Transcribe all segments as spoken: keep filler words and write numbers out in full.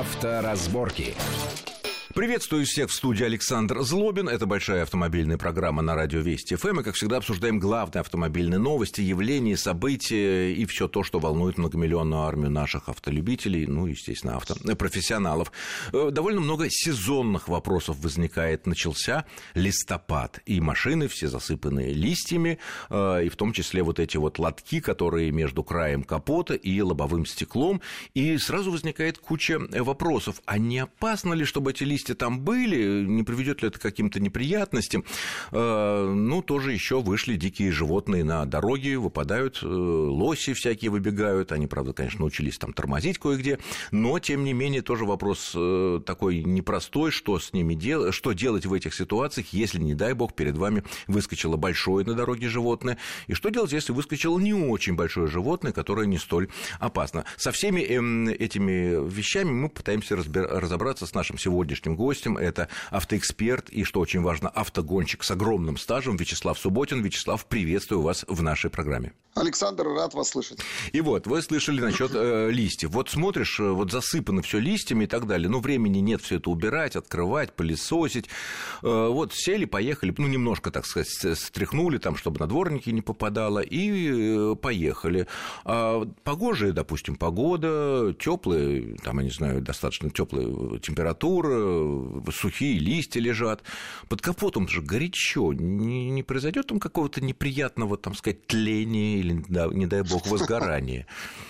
Авторазборки. Приветствую всех в студии Александр Злобин. Это большая автомобильная программа на радио Вести ФМ. И, как всегда, обсуждаем главные автомобильные новости, явления, события и все то, что волнует многомиллионную армию наших автолюбителей, ну, естественно, автопрофессионалов. Довольно много сезонных вопросов возникает. Начался листопад, и машины все засыпаны листьями, и в том числе вот эти вот лотки, которые между краем капота и лобовым стеклом. И сразу возникает куча вопросов. А не опасно ли, чтобы эти листья там были, не приведет ли это к каким-то неприятностям? Ну, тоже еще вышли дикие животные на дороге, выпадают, лоси всякие выбегают, они, правда, конечно, научились там тормозить кое-где, но, тем не менее, тоже вопрос такой непростой, что с ними делать, что делать в этих ситуациях, если, не дай бог, перед вами выскочило большое на дороге животное, и что делать, если выскочило не очень большое животное, которое не столь опасно. Со всеми этими вещами мы пытаемся разобраться с нашим сегодняшним гостем. Это автоэксперт и, что очень важно, автогонщик с огромным стажем Вячеслав Субботин. Вячеслав, приветствую вас в нашей программе. Александр, рад вас слышать. И вот, вы слышали насчет э, листьев. Вот смотришь, вот засыпано все листьями и так далее, но времени нет все это убирать, открывать, пылесосить. Э, вот сели, поехали, ну, немножко, так сказать, стряхнули, там, чтобы на дворники не попадало, и э, поехали. А погожая, допустим, погода, теплая, там, я не знаю, достаточно теплая температура, сухие листья лежат. Под капотом же горячо. Не, не произойдет там какого-то неприятного, там сказать, тления или, да, не дай бог, возгорания?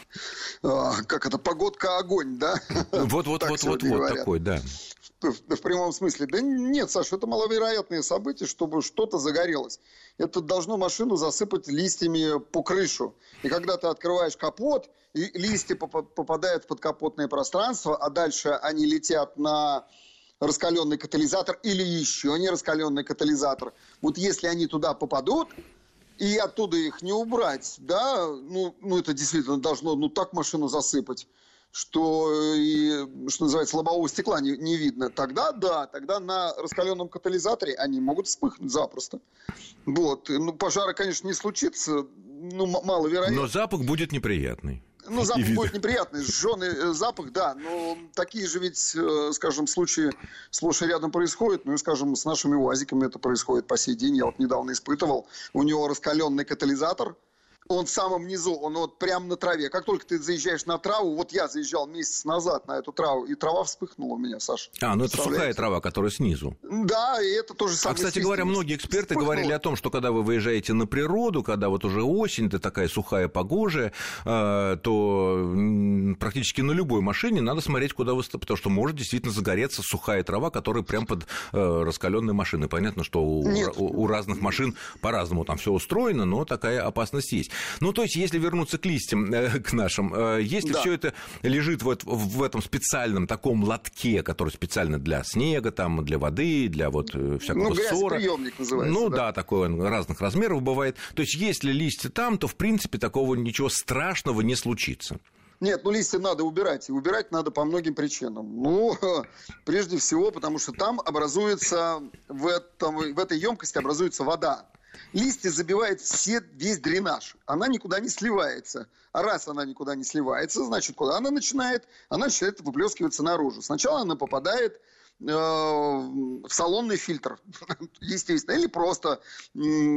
Как это, погодка огонь, да? Вот-вот-вот-вот такой, да. В прямом смысле. Да нет, Саша, это маловероятное событие, чтобы что-то загорелось. Это должно машину засыпать листьями по крышу. И когда ты открываешь капот, и листья попадают в подкапотное пространство, а дальше они летят на раскаленный катализатор или еще не раскаленный катализатор. Вот если они туда попадут, и оттуда их не убрать, да, ну, ну это действительно должно, ну, так машину засыпать, что, и, что называется, лобового стекла не, не видно, тогда да, тогда на раскаленном катализаторе они могут вспыхнуть запросто. Вот. Ну, пожара, конечно, не случится, ну, маловероятно. Но запах будет неприятный. Ну, запах будет неприятный, сжёный запах, да, но такие же ведь, скажем, случаи сплошь и рядом происходят. Ну, и, скажем, с нашими УАЗиками это происходит по сей день. Я вот недавно испытывал, у него раскаленный катализатор, он в самом низу, он вот прямо на траве. Как только ты заезжаешь на траву, вот я заезжал месяц назад на эту траву, и трава вспыхнула у меня, Саша. А, ну это сухая трава, которая снизу. Да, и это тоже самое. А, кстати говоря, многие эксперты вспыхнула. Говорили о том, что когда вы выезжаете на природу, когда вот уже осень, ты такая сухая, погожая, то практически на любой машине надо смотреть, куда вы, потому что может действительно загореться сухая трава, которая прямо под раскаленной машиной. Понятно, что у, у, у разных машин по-разному там все устроено, но такая опасность есть. Ну, то есть, если вернуться к листьям, э, к нашим, э, если да. все это лежит вот в этом специальном таком лотке, который специально для снега, там, для воды, для вот всякого ну, ссора. Грязеприёмник называется. Ну, да, да, такой он разных размеров бывает. То есть, если листья там, то, в принципе, такого ничего страшного не случится. Нет, ну листья надо убирать, и убирать надо по многим причинам. Ну, прежде всего, потому что там образуется, в, этом, в этой емкости образуется вода. Листья забивает все, весь дренаж. Она никуда не сливается. А раз она никуда не сливается, значит, куда она начинает? Она начинает выплескиваться наружу. Сначала она попадает э, в салонный фильтр, естественно, или просто э,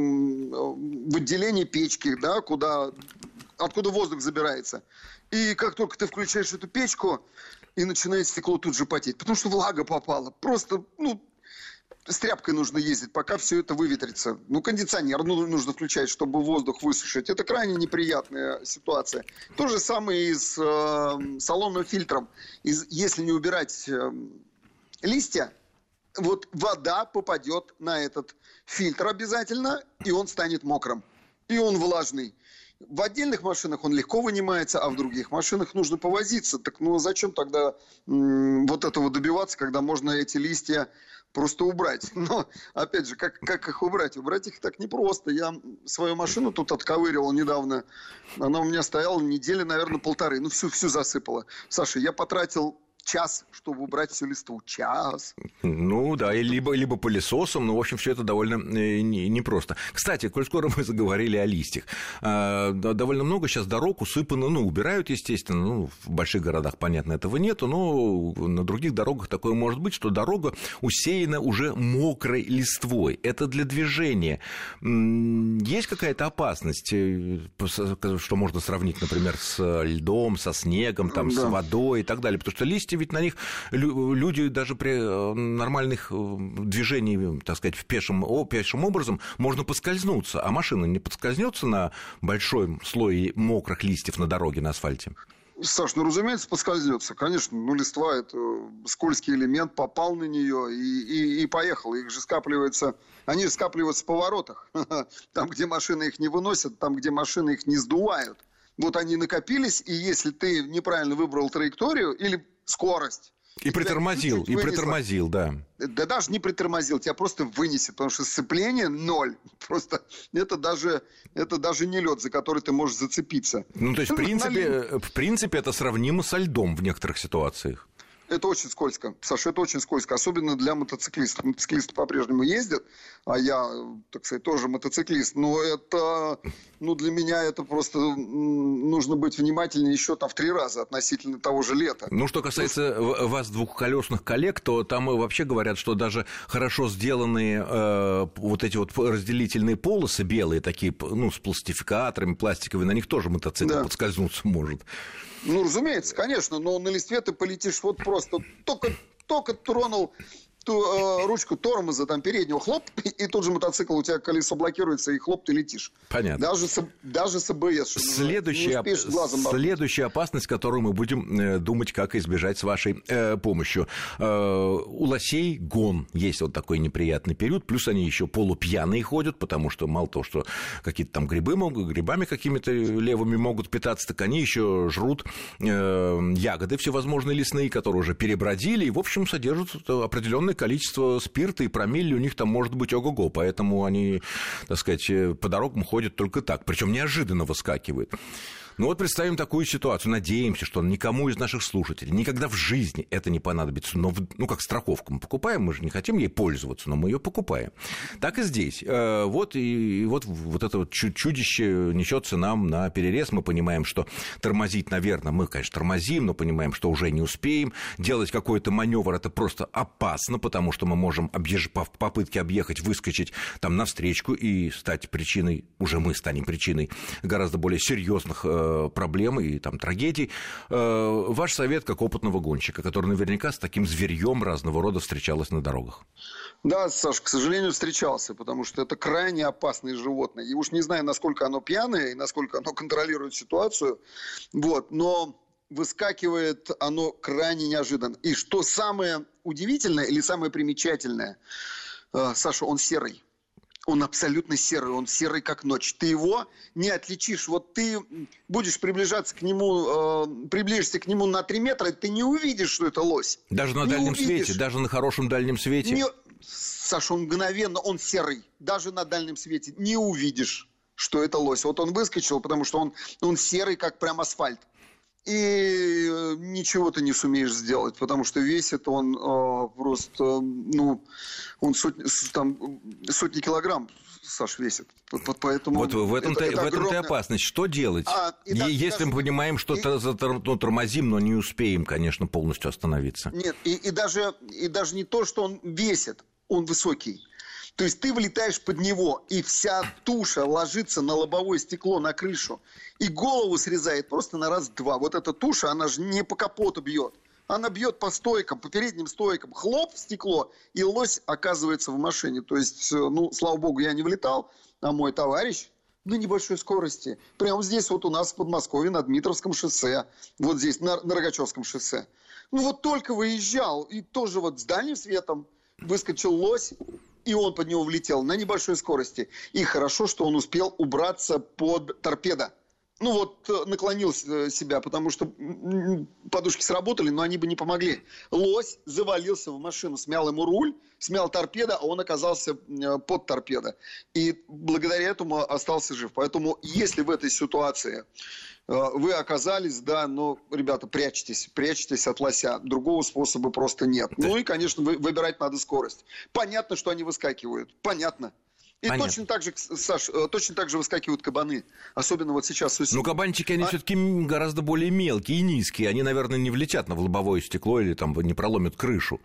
в отделение печки, да, куда, откуда воздух забирается. И как только ты включаешь эту печку, и начинает стекло тут же потеть, потому что влага попала. Просто, ну... С тряпкой нужно ездить, пока все это выветрится. Ну, кондиционер нужно включать, чтобы воздух высушить. Это крайне неприятная ситуация. То же самое и с э, салонным фильтром. Из, если не убирать э, листья, вот вода попадет на этот фильтр обязательно, и он станет мокрым. И он влажный. В отдельных машинах он легко вынимается, а в других машинах нужно повозиться. Так ну зачем тогда м- вот этого добиваться, когда можно эти листья просто убрать? Но, опять же, как, как их убрать? Убрать их так непросто. Я свою машину тут отковыривал недавно. Она у меня стояла недели, наверное, полторы. Ну, всю, всю засыпала. Саша, я потратил час, чтобы убрать всю листву. Час. Ну да, либо, либо пылесосом, но, в общем, все это довольно непросто. Кстати, коль скоро мы заговорили о листьях, довольно много сейчас дорог усыпано, ну, убирают, естественно, ну, в больших городах, понятно, этого нету, но на других дорогах такое может быть, что дорога усеяна уже мокрой листвой. Это для движения. Есть какая-то опасность, что можно сравнить, например, с льдом, со снегом, там, да. с водой и так далее? Потому что листья, ведь на них люди даже при нормальных движениях, так сказать, в пешем, пешим образом можно поскользнуться, а машина не подскользнется на большой слой мокрых листьев на дороге, на асфальте? Саш, ну, разумеется, поскользнется. Конечно, ну, листва – это скользкий элемент, попал на нее и, и, и поехал. Их же скапливается, они же скапливаются в поворотах. Там, где машины их не выносят, там, где машины их не сдувают. Вот они накопились, и если ты неправильно выбрал траекторию или скорость, И притормозил, и притормозил, да. Да даже не притормозил, тебя просто вынесет, потому что сцепление ноль. Просто это даже, это даже не лед, за который ты можешь зацепиться. Ну, то есть, в принципе, в принципе, это сравнимо со льдом в некоторых ситуациях. Это очень скользко, Саша, это очень скользко, особенно для мотоциклистов. Мотоциклисты по-прежнему ездят, а я, так сказать, тоже мотоциклист, но это, ну, для меня это просто нужно быть внимательнее еще там в три раза относительно того же лета. Ну, что касается что... вас, двухколесных коллег, то там вообще говорят, что даже хорошо сделанные э, вот эти вот разделительные полосы белые, такие, ну, с пластификаторами пластиковые, на них тоже мотоцикл да. подскользнуться может. Ну, разумеется, конечно, но на листве ты полетишь вот просто только, только тронул ту, э, ручку тормоза там переднего, хлоп, и тут же мотоцикл, у тебя колесо блокируется, и хлоп, ты летишь. Понятно. Даже с, даже с АБС. Следующая, следующая опасность, которую мы будем э, думать, как избежать с вашей э, помощью. Э, у лосей гон. Есть вот такой неприятный период, плюс они еще полупьяные ходят, потому что мало того, что какие-то там грибы могут, грибами какими-то левыми могут питаться, так они еще жрут э, ягоды всевозможные лесные, которые уже перебродили, и, в общем, содержат определенное количество спирта, и промилле у них там может быть ого-го, поэтому они, так сказать, по дорогам ходят только так, причем неожиданно выскакивают. Ну вот представим такую ситуацию, надеемся, что никому из наших слушателей никогда в жизни это не понадобится, но, ну, как страховку мы покупаем, мы же не хотим ей пользоваться, но мы ее покупаем. Так и здесь. Вот, и, и вот, вот это вот чудище несется нам на перерез, мы понимаем, что тормозить, наверное, мы, конечно, тормозим, но понимаем, что уже не успеем, делать какой-то маневр это просто опасно, потому что мы можем объезж... по попытке объехать, выскочить там навстречку и стать причиной, уже мы станем причиной гораздо более серьезных проблем и там трагедий. Ваш совет как опытного гонщика, который наверняка с таким зверьем разного рода встречалась на дорогах. Да, Саш, к сожалению, встречался, потому что это крайне опасное животное. И уж не знаю, насколько оно пьяное и насколько оно контролирует ситуацию, вот, но выскакивает оно крайне неожиданно. И что самое удивительное или самое примечательное, Саша, он серый. Он абсолютно серый, он серый как ночь. Ты его не отличишь. Вот ты будешь приближаться к нему, э, приближишься к нему на три метра, и ты не увидишь, что это лось. Даже на не дальнем увидишь. свете, даже на хорошем дальнем свете. Не... Саша, он мгновенно, он серый. Даже на дальнем свете не увидишь, что это лось. Вот он выскочил, потому что он, он серый, как прям асфальт. И ничего ты не сумеешь сделать, потому что весит он э, просто, ну, он сотни, там, сотни килограмм, Саш, весит. Поэтому вот в этом-то, это, это в этом-то опасность. Что делать? А, и, да, если даже, мы понимаем, что и, ну, тормозим, но не успеем, конечно, полностью остановиться. Нет, и, и, даже, и даже не то, что он весит, он высокий. То есть ты влетаешь под него, и вся туша ложится на лобовое стекло, на крышу, и голову срезает просто на раз-два. Вот эта туша, она же не по капоту бьет. Она бьет по стойкам, по передним стойкам. Хлоп в стекло, и лось оказывается в машине. То есть, ну, слава богу, я не влетал, а мой товарищ на небольшой скорости. Прямо здесь вот у нас в Подмосковье на Дмитровском шоссе. Вот здесь, на, на Рогачевском шоссе. Ну, вот только выезжал, и тоже вот с дальним светом выскочил лось, и он под него влетел на небольшой скорости. И хорошо, что он успел убраться под торпедо. ну вот, наклонил себя, потому что подушки сработали, но они бы не помогли. Лось завалился в машину, смял ему руль, смял торпеда, а он оказался под торпедо. И благодаря этому остался жив. Поэтому, если в этой ситуации вы оказались, да, но, ребята, прячьтесь, прячьтесь от лося. Другого способа просто нет. Ну и, конечно, выбирать надо скорость. Понятно, что они выскакивают. Понятно. И Понятно. точно так же, Саш, точно так же выскакивают кабаны. Особенно вот сейчас осенью. Ну, кабанчики, они а... все-таки гораздо более мелкие и низкие. Они, наверное, не влетят на лобовое стекло или там не проломят крышу.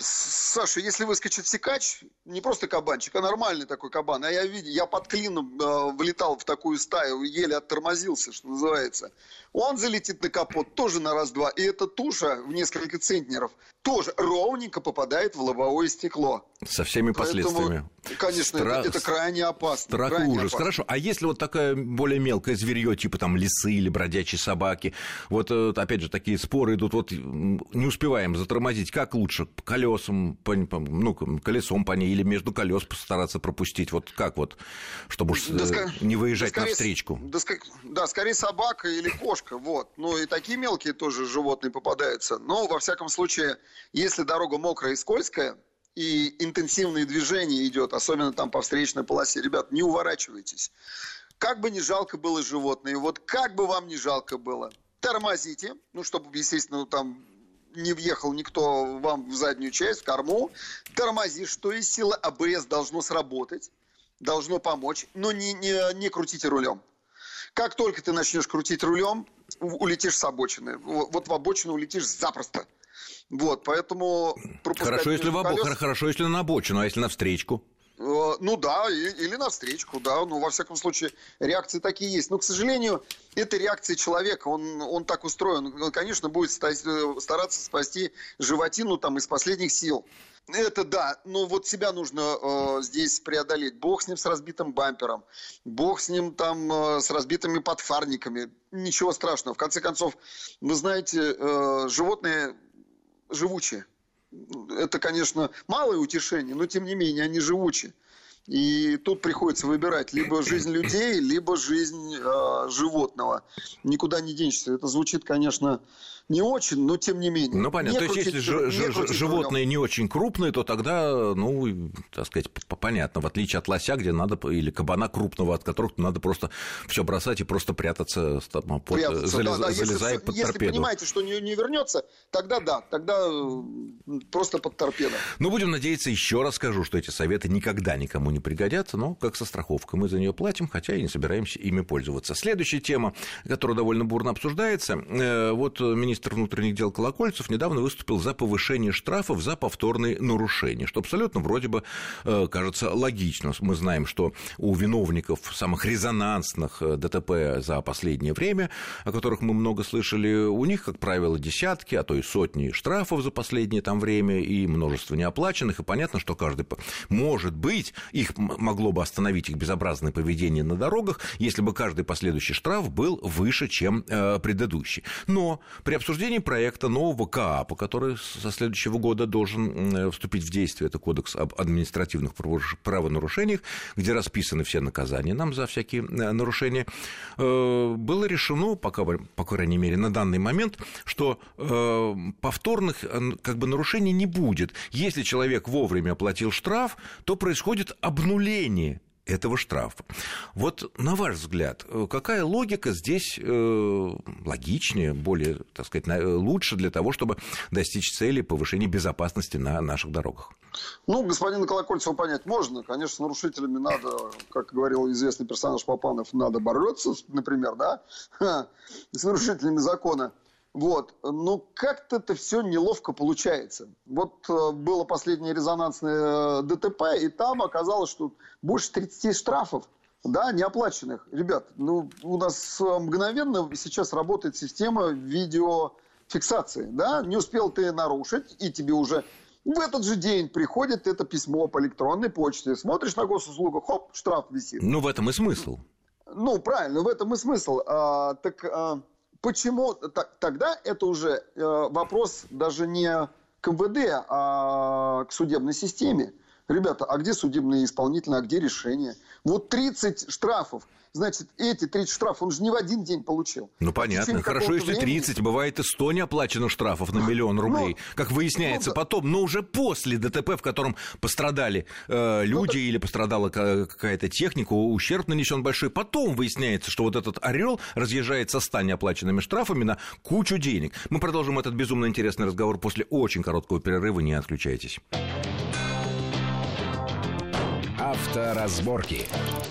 Саша, если выскочит сикач, не просто кабанчик, а нормальный такой кабан. А я видел, я под клином э, влетал в такую стаю, еле оттормозился, что называется. Он залетит на капот тоже на раз-два. И эта туша в несколько центнеров тоже ровненько попадает в лобовое стекло. Со всеми последствиями. Поэтому, конечно, Стра... это, это крайне опасно. Страх крайне и ужас. Опасно. Хорошо. А если вот такое более мелкое зверье, типа там лисы или бродячие собаки, вот опять же такие споры идут, вот не успеваем затормозить, как лучше? Колесом, по, ну, колесом по ней или между колес постараться пропустить? Вот как вот, чтобы уж да, не выезжать да, скорее, навстречку? Да, да, скорее собака или кошка, вот. Ну и такие мелкие тоже животные попадаются. Но, во всяком случае, если дорога мокрая и скользкая, и интенсивное движение идет, особенно там по встречной полосе, ребят, не уворачивайтесь. Как бы ни жалко было животное, вот как бы вам ни жалко было, тормозите, ну, чтобы, естественно, там не въехал никто вам в заднюю часть, в корму, тормози, что из силы, АБС должно сработать, должно помочь, но не, не, не крутите рулем. Как только ты начнешь крутить рулем, улетишь с обочины. Вот в обочину улетишь запросто. Вот, поэтому... Хорошо, если в обо... Хорошо, если на обочину, а если на встречку? Ну да, или на встречку, да. Ну, во всяком случае, реакции такие есть. Но, к сожалению, это реакция человека. Он, он так устроен. Он, конечно, будет стараться спасти животину там из последних сил. Это да, но вот себя нужно э, здесь преодолеть. Бог с ним, с разбитым бампером. Бог с ним там э, с разбитыми подфарниками. Ничего страшного. В конце концов, вы знаете, э, животные живучие. Это, конечно, малое утешение, но тем не менее они живучи. И тут приходится выбирать либо жизнь людей, либо жизнь э, животного. Никуда не денешься. Это звучит, конечно, не очень, но тем не менее. Ну, понятно. Не То есть, если не ж- ж- животные не очень крупные, то тогда, ну, так сказать, понятно, в отличие от лося, где надо, или кабана крупного, от которых надо просто все бросать и просто прятаться, под, прятаться залез, да, да. залезая если, под если торпеду. Если понимаете, что не, не вернется, тогда да, тогда просто под торпедо. Ну, будем надеяться, еще раз скажу, что эти советы никогда никому не пригодятся, но как со страховкой. Мы за нее платим, хотя и не собираемся ими пользоваться. Следующая тема, которая довольно бурно обсуждается. Вот министр внутренних дел Колокольцев недавно выступил за повышение штрафов за повторные нарушения, что абсолютно вроде бы кажется логично. Мы знаем, что у виновников самых резонансных ДТП за последнее время, о которых мы много слышали, у них, как правило, десятки, а то и сотни штрафов за последнее там время и множество неоплаченных. И понятно, что каждый, может быть, их могло бы остановить их безобразное поведение на дорогах, если бы каждый последующий штраф был выше, чем предыдущий. Но при обсуждении проекта нового КАПа, который со следующего года должен вступить в действие, это кодекс об административных правонарушениях, где расписаны все наказания нам за всякие нарушения, было решено, пока, по крайней мере, на данный момент, что повторных как бы нарушений не будет. Если человек вовремя оплатил штраф, то происходит обнуление этого штрафа. Вот, на ваш взгляд, какая логика здесь э, логичнее, более, так сказать, лучше для того, чтобы достичь цели повышения безопасности на наших дорогах? Ну, господина Колокольцева понять можно. Конечно, с нарушителями надо, как говорил известный персонаж Папанов, надо бороться, например, да, с нарушителями закона. Вот, но как-то это все неловко получается. Вот э, было последнее резонансное ДТП, и там оказалось, что больше тридцати штрафов, да, неоплаченных. Ребят, ну, у нас мгновенно сейчас работает система видеофиксации, да, не успел ты нарушить, и тебе уже в этот же день приходит это письмо по электронной почте, смотришь на госуслугу, хоп, штраф висит. Ну, в этом и смысл. Ну, правильно, в этом и смысл. А, так... А... Почему? Тогда это уже вопрос даже не к МВД, а к судебной системе. Ребята, а где судебные исполнители, а где решение? Вот тридцать штрафов. Значит, эти тридцать штрафов он же не в один день получил. Ну, понятно. Хорошо, если тридцать. Бывает и сто неоплаченных штрафов на миллион рублей. Но, как выясняется ну, потом, но уже после ДТП, в котором пострадали э, люди ну, или пострадала какая-то техника, ущерб нанесен большой. Потом выясняется, что вот этот орел разъезжает со ста неоплаченными штрафами на кучу денег. Мы продолжим этот безумно интересный разговор после очень короткого перерыва. Не отключайтесь. Авторазборки.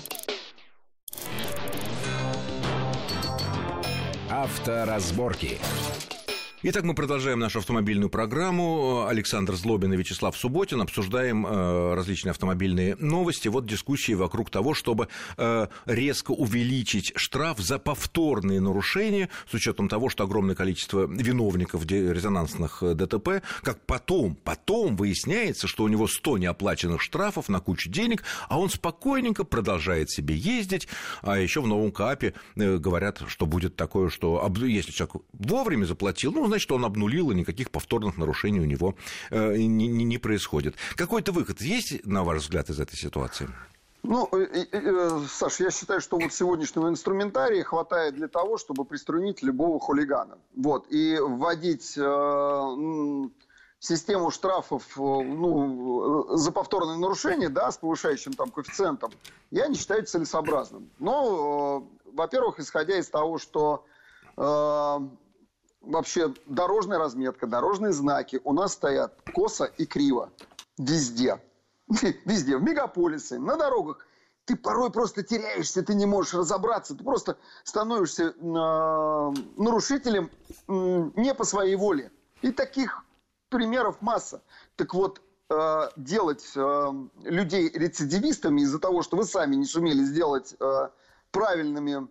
Авторазборки. Итак, мы продолжаем нашу автомобильную программу. Александр Злобин и Вячеслав Субботин. Обсуждаем э, различные автомобильные новости. Вот дискуссии вокруг того, чтобы э, резко увеличить штраф за повторные нарушения, с учетом того, что огромное количество виновников резонансных ДТП, как потом, потом выясняется, что у него сто неоплаченных штрафов на кучу денег, а он спокойненько продолжает себе ездить. А еще в новом КАПе э, говорят, что будет такое, что если человек вовремя заплатил, ну, значит, он обнулил, и никаких повторных нарушений у него э, не, не, не происходит. Какой-то выход есть, на ваш взгляд, из этой ситуации? Ну, э, э, Саш, я считаю, что вот сегодняшнего инструментария хватает для того, чтобы приструнить любого хулигана. Вот, и вводить э, систему штрафов э, ну, за повторные нарушения, да, с повышающим там коэффициентом, я не считаю целесообразным. Но, э, во-первых, исходя из того, что... Э, Вообще дорожная разметка, дорожные знаки у нас стоят косо и криво. Везде. Везде. В мегаполисе, на дорогах. Ты порой просто теряешься, ты не можешь разобраться. Ты просто становишься э, нарушителем э, не по своей воле. И таких примеров масса. Так вот, э, делать э, людей рецидивистами из-за того, что вы сами не сумели сделать э, правильными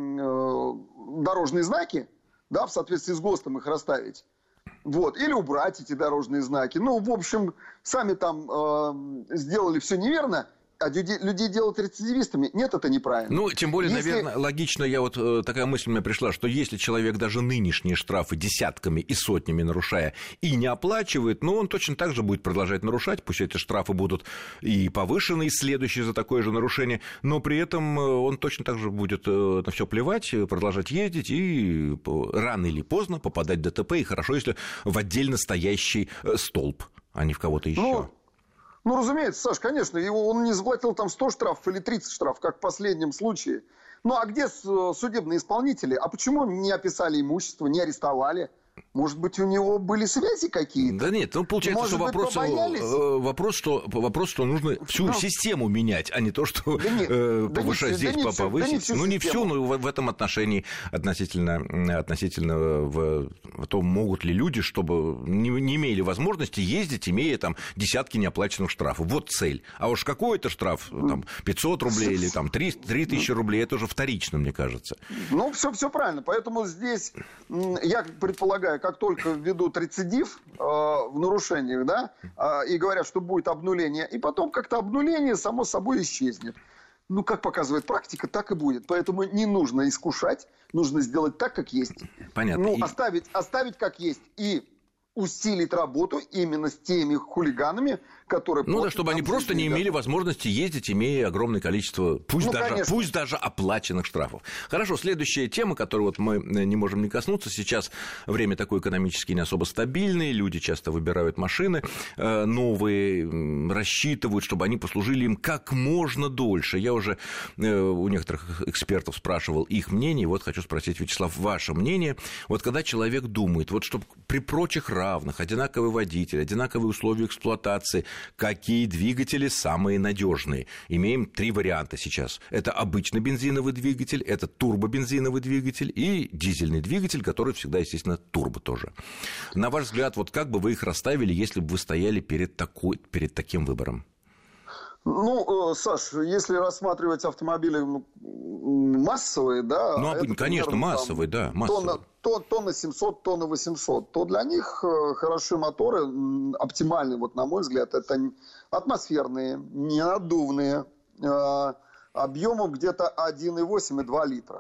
э, дорожные знаки, да, в соответствии с ГОСТом их расставить. Вот. Или убрать эти дорожные знаки. Ну, в общем, сами там э, сделали все неверно, а людей, людей делать рецидивистами, нет, это неправильно. Ну, тем более, если... наверное, логично, я вот такая мысль мне пришла, что если человек даже нынешние штрафы десятками и сотнями нарушая и не оплачивает, ну, он точно так же будет продолжать нарушать, пусть эти штрафы будут и повышены, и следующие за такое же нарушение, но при этом он точно так же будет на все плевать, продолжать ездить и рано или поздно попадать в ДТП, и хорошо, если в отдельно стоящий столб, а не в кого-то еще. Ну... Ну, разумеется, Саш, конечно, его, он не заплатил там сто штрафов или тридцать штрафов, как в последнем случае. Ну, а где судебные исполнители? А почему не описали имущество, не арестовали? Может быть, у него были связи какие-то? Да нет, ну, получается, Может что быть, вопрос, вопрос, что, вопрос, что нужно всю но... систему менять, а не то, что да нет, э, да повышать здесь, да повысить. Да не ну, не все, но в, в этом отношении относительно, относительно в, в том, могут ли люди, чтобы не, не имели возможности ездить, имея там десятки неоплаченных штрафов. Вот цель. А уж какой-то штраф, там, пятьсот рублей или там три тысячи рублей, это уже вторично, мне кажется. Ну, все, все правильно. Поэтому здесь, я предполагаю, как только введут рецидив э, в нарушениях, да, э, и говорят, что будет обнуление, и потом как-то обнуление само собой исчезнет. Ну, как показывает практика, так и будет. Поэтому не нужно искушать, нужно сделать так, как есть. Понятно. Ну, и... оставить, оставить как есть и усилить работу именно с теми хулиганами, которые... Ну да, чтобы они просто не имели возможности ездить, имея огромное количество, пусть, ну, даже, пусть даже оплаченных штрафов. Хорошо, следующая тема, которую вот мы не можем не коснуться. Сейчас время такое экономически не особо стабильное, люди часто выбирают машины новые, рассчитывают, чтобы они послужили им как можно дольше. Я уже у некоторых экспертов спрашивал их мнение, вот хочу спросить, Вячеслав, ваше мнение. Вот когда человек думает, вот чтобы при прочих равных, одинаковый водитель, одинаковые условия эксплуатации, какие двигатели самые надежные? Имеем три варианта сейчас. Это обычный бензиновый двигатель, это турбобензиновый двигатель и дизельный двигатель, который всегда, естественно, турбо тоже. На ваш взгляд, вот как бы вы их расставили, если бы вы стояли перед, такой, перед таким выбором? Ну, Саш, если рассматривать автомобили массовые, да... Ну, это, конечно, примерно, массовые, там, да, массовые. Тонна, тон, тонна семьсот, тонна восемьсот, то для них хороши моторы, оптимальные, вот на мой взгляд, это атмосферные, ненаддувные, объемом где-то один и восемь - два литра.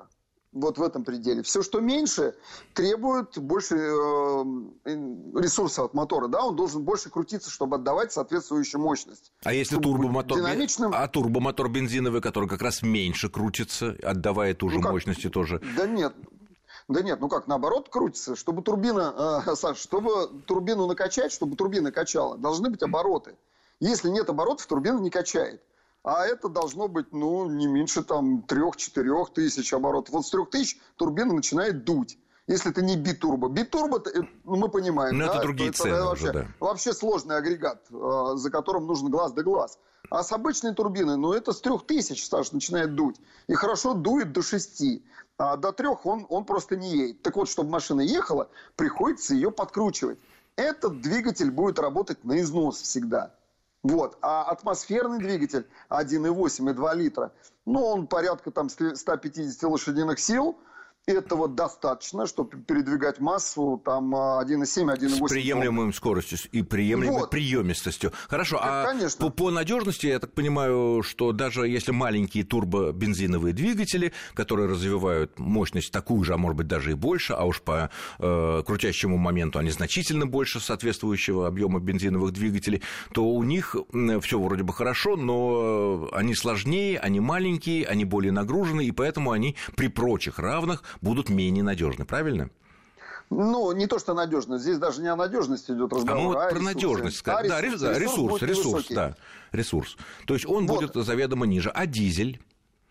Вот в этом пределе. Все, что меньше, требует больше э, ресурсов от мотора. Да, он должен больше крутиться, чтобы отдавать соответствующую мощность. А если турбомотор, динамичным... а турбомотор бензиновый, который как раз меньше крутится, отдавая ту же ну, мощности тоже? Да нет. Да нет, ну как, наоборот крутится. Чтобы турбина, э, Саш, чтобы турбину накачать, чтобы турбина качала, должны быть обороты. Если нет оборотов, турбина не качает. А это должно быть, ну, не меньше там трех-четырех тысяч оборотов. Вот с трех тысяч турбина начинает дуть. Если это не битурбо. Битурбо, ну, мы понимаем. Но да, это другие это, цены это вообще, уже, да. Вообще сложный агрегат, за которым нужен глаз да глаз. А с обычной турбиной, ну, это с трех тысяч, Саш, начинает дуть. И хорошо дует до шести. А до трех он, он просто не едет. Так вот, чтобы машина ехала, приходится ее подкручивать. Этот двигатель будет работать на износ всегда. Вот. А атмосферный двигатель один и восемь и два литра, ну, он порядка там сто пятьдесят лошадиных сил. Этого достаточно, чтобы передвигать массу там один и семь, один и восемь. С приемлемой скоростью и приемлемой вот. приемистостью. Хорошо, да, а конечно. по, по надежности, я так понимаю, что даже если маленькие турбобензиновые двигатели, которые развивают мощность такую же, а может быть даже и больше, а уж по э, крутящему моменту они значительно больше соответствующего объема бензиновых двигателей, то у них все вроде бы хорошо, но они сложнее, они маленькие, они более нагружены, и поэтому они при прочих равных будут менее надежны, правильно? Ну, не то, что надежно. Здесь даже не о надежности идет разговор. А мы вот а про надежность сказали. А да, ресурс, ресурс, ресурс, ресурс, ресурс да, ресурс. То есть он вот. будет заведомо ниже. А дизель?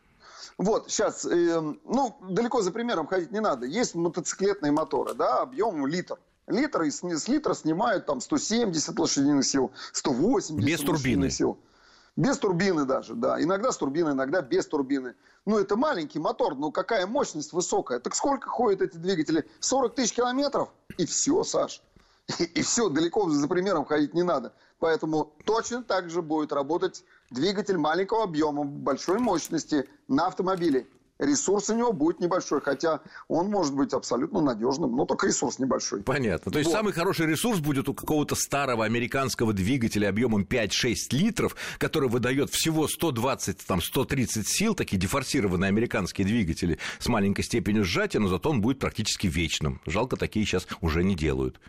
Вот, сейчас, э, ну, далеко за примером ходить не надо. Есть мотоциклетные моторы, да, объем литр. Литр, и с, с литра снимают там сто семьдесят лошадиных сил, сто восемьдесят без турбины. Сил. Без турбины даже, да. Иногда с турбиной, иногда без турбины. Ну, это маленький мотор, но какая мощность высокая. Так сколько ходят эти двигатели? сорок тысяч километров? И все, Саш. И, и все, далеко за примером ходить не надо. Поэтому точно так же будет работать двигатель маленького объема, большой мощности на автомобиле. Ресурс у него будет небольшой, хотя он может быть абсолютно надежным, но только ресурс небольшой. Понятно. То есть вот. Самый хороший ресурс будет у какого-то старого американского двигателя объемом пять-шесть литров, который выдает всего сто двадцать, там, сто тридцать сил, такие дефорсированные американские двигатели с маленькой степенью сжатия, но зато он будет практически вечным. Жалко, такие сейчас уже не делают.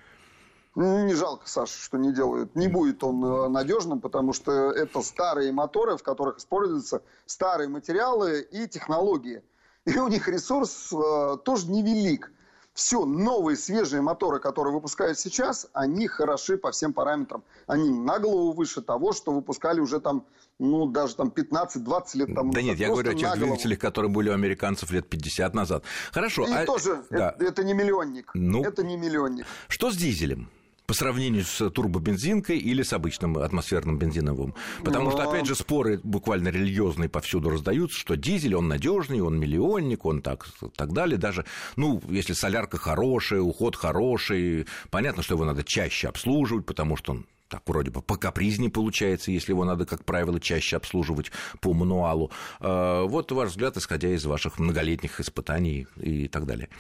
Не жалко, Саша, что не делают. Не будет он надежным, потому что это старые моторы, в которых используются старые материалы и технологии. И у них ресурс э, тоже невелик. Все новые, свежие моторы, которые выпускают сейчас, они хороши по всем параметрам. Они на голову выше того, что выпускали уже там, ну, даже там пятнадцать-двадцать лет тому назад. Да нет, я говорю о тех двигателях, которые были у американцев лет пятьдесят назад. Хорошо. И а... тоже да. это, это не миллионник. Ну, это не миллионник. Что с дизелем? По сравнению с турбобензинкой или с обычным атмосферным бензиновым. Потому что, опять же, споры буквально религиозные повсюду раздаются, что дизель, он надежный, он миллионник, он так, так далее. Даже, ну, если солярка хорошая, уход хороший, понятно, что его надо чаще обслуживать, потому что он так вроде бы покапризнее получается, если его надо, как правило, чаще обслуживать по мануалу. Вот ваш взгляд, исходя из ваших многолетних испытаний и так далее.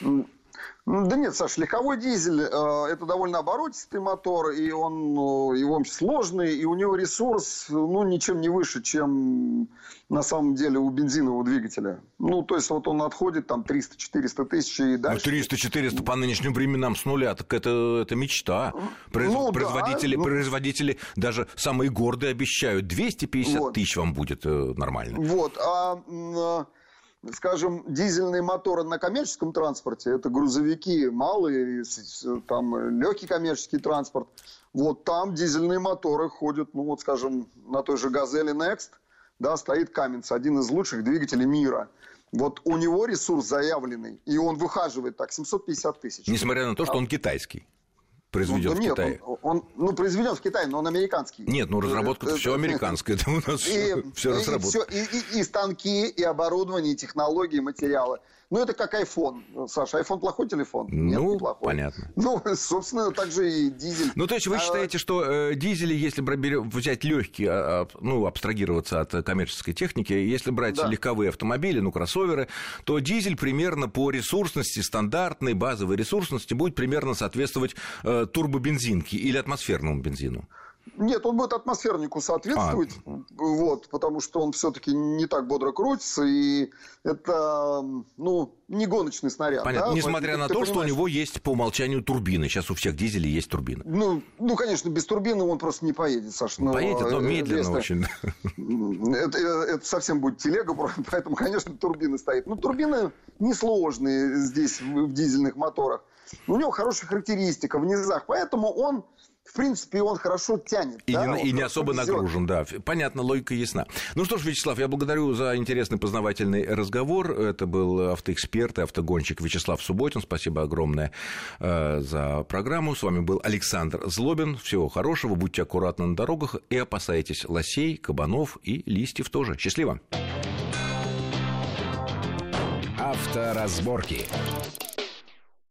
Да нет, Саш, легковой дизель э, это довольно оборотистый мотор, и он э, его сложный, и у него ресурс ну, ничем не выше, чем на самом деле у бензинового двигателя. Ну, то есть, вот он отходит там триста-четыреста тысяч и дальше. Ну, триста-четыреста по нынешним временам с нуля, так это, это мечта. Произ... Ну, производители, да, производители ну... даже самые гордые обещают, двести пятьдесят вот. Тысяч вам будет э, нормально. Вот, а... Скажем, дизельные моторы на коммерческом транспорте, это грузовики малые, там легкий коммерческий транспорт. Вот там дизельные моторы ходят, ну вот, скажем, на той же «Газели Next», да, стоит Каменц, один из лучших двигателей мира. Вот у него ресурс заявленный, и он выхаживает так семьсот пятьдесят тысяч. Несмотря на то, что он китайский. Произведен ну, в нет, Китае. Он, он, ну, произведен в Китае, но он американский. Нет, ну разработка-то все американская, это у нас все разработано. И станки, и оборудование, и технологии, и материалы. Ну, это как айфон. Саша, айфон плохой телефон? Нет, ну, неплохой. Понятно. Ну, собственно, так же и дизель. Ну, то есть, вы а... считаете, что э, дизели, если взять легкие, а, ну, абстрагироваться от коммерческой техники, если брать да. легковые автомобили, ну, кроссоверы, то дизель примерно по ресурсности, стандартной, базовой ресурсности будет примерно соответствовать э, турбобензинке или атмосферному бензину? Нет, он будет атмосфернику соответствовать, а. вот, потому что он все-таки не так бодро крутится, и это, ну, не гоночный снаряд. Понятно, да? несмотря Поэтому, на то, понимаешь, что у него есть по умолчанию турбины. Сейчас у всех дизелей есть турбина. Ну, ну, конечно, без турбины он просто не поедет, Саш. Но, поедет, но медленно вместо... очень. Это, это совсем будет телега, поэтому, конечно, турбина стоит. Ну, турбины несложные здесь в, в дизельных моторах. У него хорошая характеристика в низах, поэтому он, в принципе, он хорошо тянет. И, да? не, он и не особо везет. нагружен, да. Понятно, логика ясна. Ну что ж, Вячеслав, я благодарю за интересный познавательный разговор. Это был автоэксперт и автогонщик Вячеслав Субботин. Спасибо огромное э, за программу. С вами был Александр Злобин. Всего хорошего, будьте аккуратны на дорогах и опасайтесь лосей, кабанов и листьев тоже. Счастливо! Авторазборки.